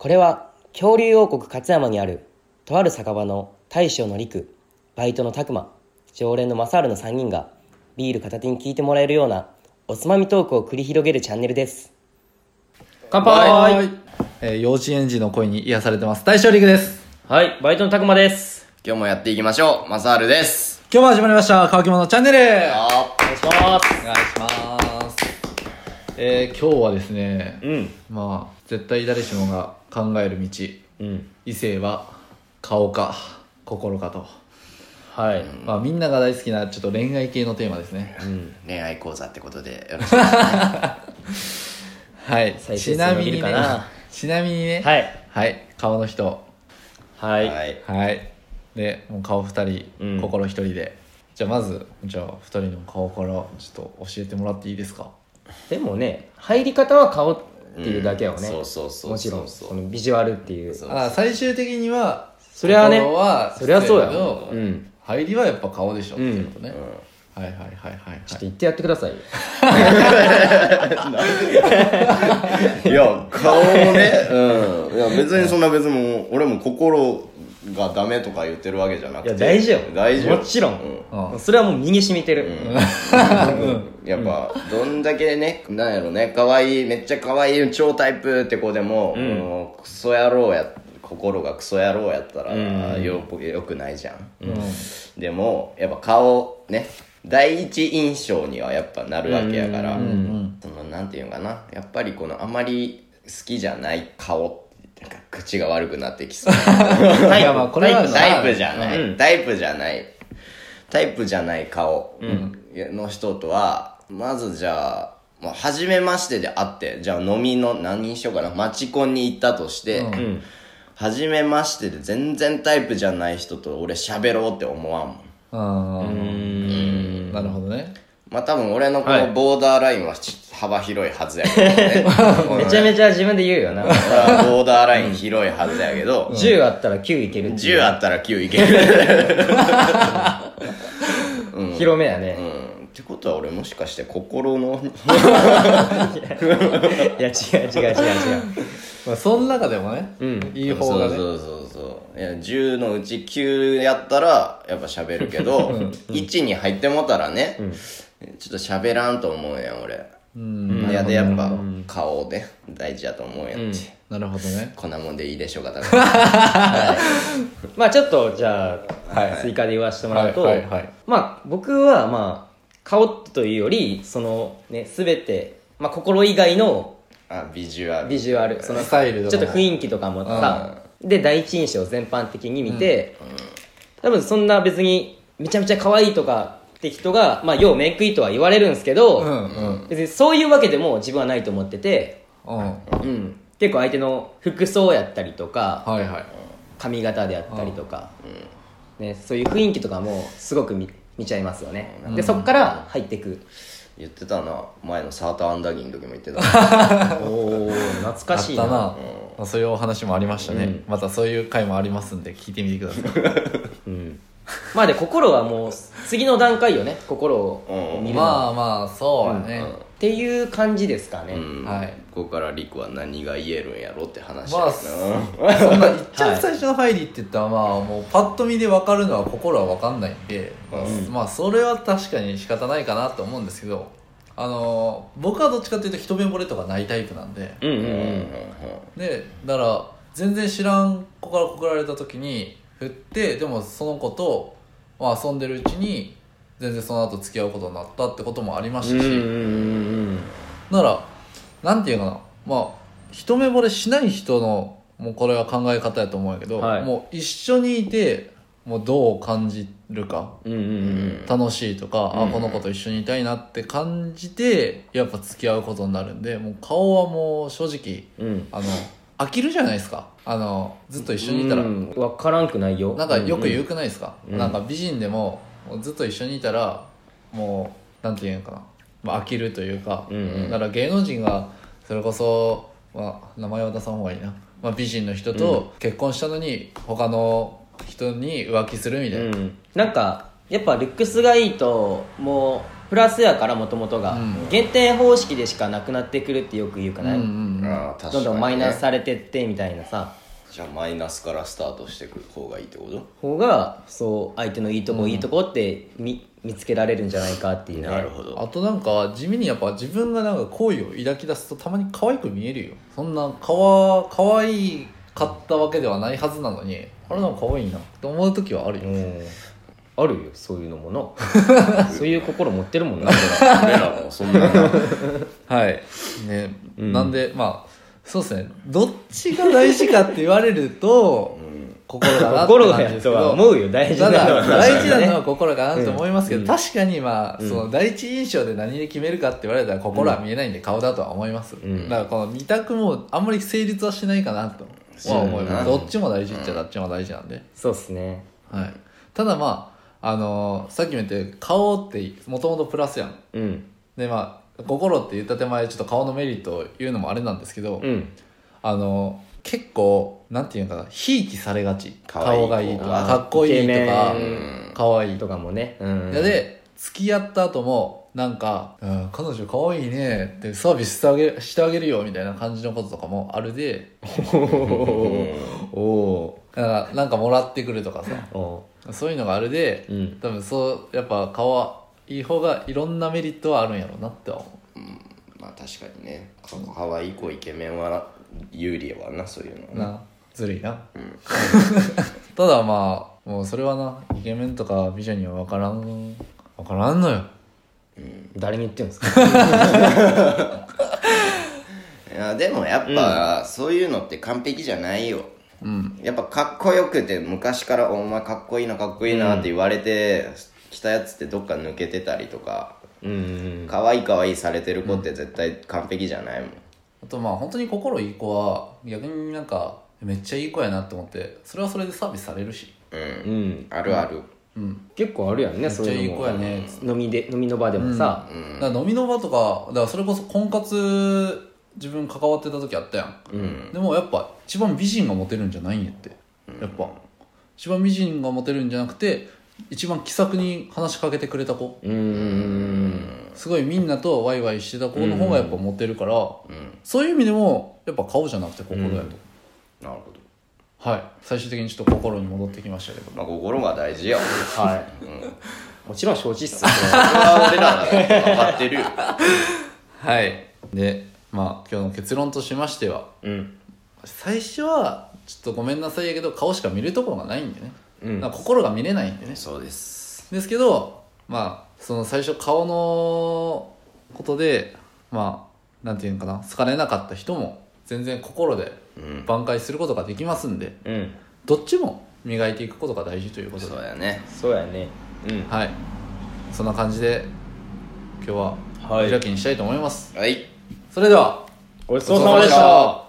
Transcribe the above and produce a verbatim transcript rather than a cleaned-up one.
これは恐竜王国勝山にあるとある酒場の大将の陸、バイトの拓磨、常連のマサールのさんにんがビール片手に聞いてもらえるようなおつまみトークを繰り広げるチャンネルです。乾杯。 えー、幼稚園児の声に癒されてます大将陸です。 はい、バイトの拓磨です。 今日もやっていきましょう。マサールです。 今日も始まりました乾き物チャンネル。お願いしお願いします。 お願いします。えー、今日はですね、 うん、 まあ絶対誰しもが考える道、 うん、 異性は顔か心かと、 はい、 まあ、みんなが大好きなちょっと恋愛系のテーマですね。 うん、恋愛講座ってことでよろしくお願いします。 はい、ちなみにねちなみにねはい、 はい、顔の人、 はい、 はい、 はい、でもう顔ふたり、 うん、 心ひとりで、じゃあまずじゃあふたりの顔からちょっと教えてもらっていいですか。 でもね、入り方は顔っていうだけよね、 うん、そうそうそうそう、 もちろんこのビジュアルっていう、 そうあ最終的にはそれはね、 心はそれはそうや、 うん、入りはやっぱ顔でしょ、うん、っていうことね、うん、はいはいはいはい、はい、 ちょっと言ってやってくださいよ。 いや顔ね、うん、いや別にそんな別に俺も心がダメとか言ってるわけじゃなくて、 いや大事よ、 大事よ、 もちろん、 うん、 それはもう身に染みてる、 うんうん、やっぱどんだけね、なんやろね、可愛いめっちゃ可愛い超タイプって子でも、うん、もうクソ野郎や心がクソ野郎やったら、うん、よ, よくないじゃん、うん、でもやっぱ顔ね、第一印象にはやっぱなるわけやから、うんうん、そのなんていうのかな、やっぱりこのあまり好きじゃない顔、なんか口が悪くなってきそうタイプ、まあこれはタイプじゃない、うん、タイプじゃないタイプじゃない顔の人とは、まずじゃあもう初めましてで会って、じゃあ飲みの何にしようかな、マチコンに行ったとして、うん、初めましてで全然タイプじゃない人と俺喋ろうって思わんもん。 あー、うーん、なるほどね。まあ多分俺のこのボーダーラインは幅広いはずやけどね、 はい、めちゃめちゃ自分で言うよな。ボーダーライン広いはずやけど、 うん、じゅうあったらきゅういける。 じゅうあったらきゅういける。 うん、広めやね、 うん、ってことは俺もしかして心のいや違う違う違う違う、 まあその中でもね、うん、いい方がね、 そうそうそうそう、いやじゅうのうちきゅうやったらやっぱ喋るけど、うん、いちに入ってもたらね、うん、ちょっと喋らんと思うやん俺。うん、いやでやっぱ顔で大事やと思うやんって、うん、 なるほどね。 こんなもんでいいでしょうか。 はい、まあちょっとじゃあ、はいはい、追加で言わせてもらうと、はいはいはい、まあ僕はまあ顔というよりそのね全て、まあ、心以外のあビジュアルビジュアル、そのスタイルとかちょっと雰囲気とかもさ、うん、で第一印象を全般的に見て、うんうん、多分そんな別にめちゃめちゃ可愛いとかって人が、まあ、ようメイクいいとは言われるんですけど、うんうん、別にそういうわけでも自分はないと思ってて、うんうん、結構相手の服装やったりとか、はいはい、髪型であったりとか、うんね、そういう雰囲気とかもすごく 見, 見ちゃいますよね、うん、でそっから入っていく。 言ってたな、前のサーターアンダギーの時も言ってた。 おー懐かしいな。あったな、 うん、そういうお話もありましたね、うん、またそういう回もありますんで聞いてみてください。うんまあで心はもう次の段階よね、心を見るの、 まあまあそうやね、うん、 っていう感じですかね、 うん、はい。ここからリクは何が言えるんやろって話やな、まあ、そんな一番最初の入りって言ったら、まあもうパッと見で分かるのは心は分かんないんで、うん、まあそれは確かに仕方ないかなと思うんですけど、あのー、僕はどっちかっていうと一目惚れとかないタイプなんで、うんうんうんうん、でだから全然知らん子から告られた時に振って、でもその子と、まあ、遊んでるうちに全然その後付き合うことになったってこともありましたし、うんうんうん、ならなんていうかな、まあ一目惚れしない人のもうこれは考え方やと思うんやけど、はい、もう一緒にいてもうどう感じるか、うんうんうん、楽しいとか、うん、あこの子と一緒にいたいなって感じてやっぱ付き合うことになるんで、もう顔はもう正直、うん、あの飽きるじゃないですか、あのずっと一緒にいたら。 分からんくないよ。 なんかよく言うくないですか、うんうん、なんか美人でもずっと一緒にいたらもうなんて言うのかな、まあ、飽きるというか、うんうん、だから芸能人がそれこそ、まあ、名前は出さん方がいいな、まあ、美人の人と結婚したのに他の人に浮気するみたいな、うん、 なんかやっぱルックスがいいともうプラスやからもともとが、 うん、 減点方式でしかなくなってくるってよく言うかな、 うんうんうん、 あ確かにね、 どんどんマイナスされてってみたいなさ、 じゃあマイナスからスタートしていく方がいいってこと？ 方がそう相手のいいとこ、うん、いいとこって見見つけられるんじゃないかっていうね。 なるほど。 あとなんか地味にやっぱ自分がなんか好意を抱き出すとたまに可愛く見えるよ。そんなかわ可愛かったわけではないはずなのに、あれなんか可愛いなって思う時はあるよ。 あるよそういうのものそういう心持ってるもんな俺らもそんなはいね、うん、なんでまあそうですね、どっちが大事かって言われると、うん、心だなって感じですけど、心が思うよ大事なのは大事なのは心かなと思いますけど、うん、確かにまあ、うん、その第一印象で何で決めるかって言われたら心は見えないんで顔だとは思います、うん、だからこの二択もあんまり成立はしないかなとは思います、うん、どっちも大事っちゃどっちも大事なんで、うん、 そうっすね、 はい、ただまああのー、さっきも言って顔ってもともとプラスやん、うん、でまあ心って言った手前ちょっと顔のメリットを言うのもあれなんですけど、うん、あのー、結構なんていうかな、ひいきされがち、顔がいいとかかっこいいとかかわいいとかもね、うん、で付き合った後もなんか、うん、彼女かわいいねってサービスしてあげしてあげるよみたいな感じのこととかもあるでおおなんかもらってくるとかさそういうのがあるで、うん、多分そうやっぱ顔はいい方がいろんなメリットはあるんやろうなって思う、うん、 まあ確かにね、かわいい子イケメンは有利やわな、そういうのはな、ずるいな、うん、ただまあもうそれはな、イケメンとか美女には分からん分からんのよ、 うん、誰に言ってんですかいやでもやっぱ、うん、そういうのって完璧じゃないよ、うん、やっぱかっこよくて昔からお前かっこいいなかっこいいなって言われてきたやつってどっか抜けてたりとか、うんうん、かわいいかわいいされてる子って絶対完璧じゃないもん、うん、 あとまあ本当に心いい子は逆になんかめっちゃいい子やなって思ってそれはそれでサービスされるし、 うん、うん、あるある、 うん、結構あるやんね、めっちゃいい子やね、飲みで飲みの場でもさ、 うん、だから飲みの場とかだからそれこそ婚活自分関わってた時あったやん、うん、でもやっぱ一番美人がモテるんじゃないんやって、やっぱ一番美人がモテるんじゃなくて一番気さくに話しかけてくれた子、うーんすごいみんなとワイワイしてた子の方がやっぱモテるから、うん、そういう意味でもやっぱ顔じゃなくて心やと、うん、なるほど、 はい最終的にちょっと心に戻ってきましたけど、 まあ、心が大事やはい、うん、もちろん承知っすそれは俺らが分かってるよはいでまあ今日の結論としましては、うん、最初はちょっとごめんなさいやけど顔しか見るところがないんでね、うん、心が見れないんでね、 そうですですけどまあその最初顔のことでまあなんていうのかな好かれなかった人も全然心で挽回することができますんで、うん、どっちも磨いていくことが大事ということで、 そうやねそうやね、 うん、はいそんな感じで今日は開きにしたいと思います。 はい、 それではごちそうさまでした。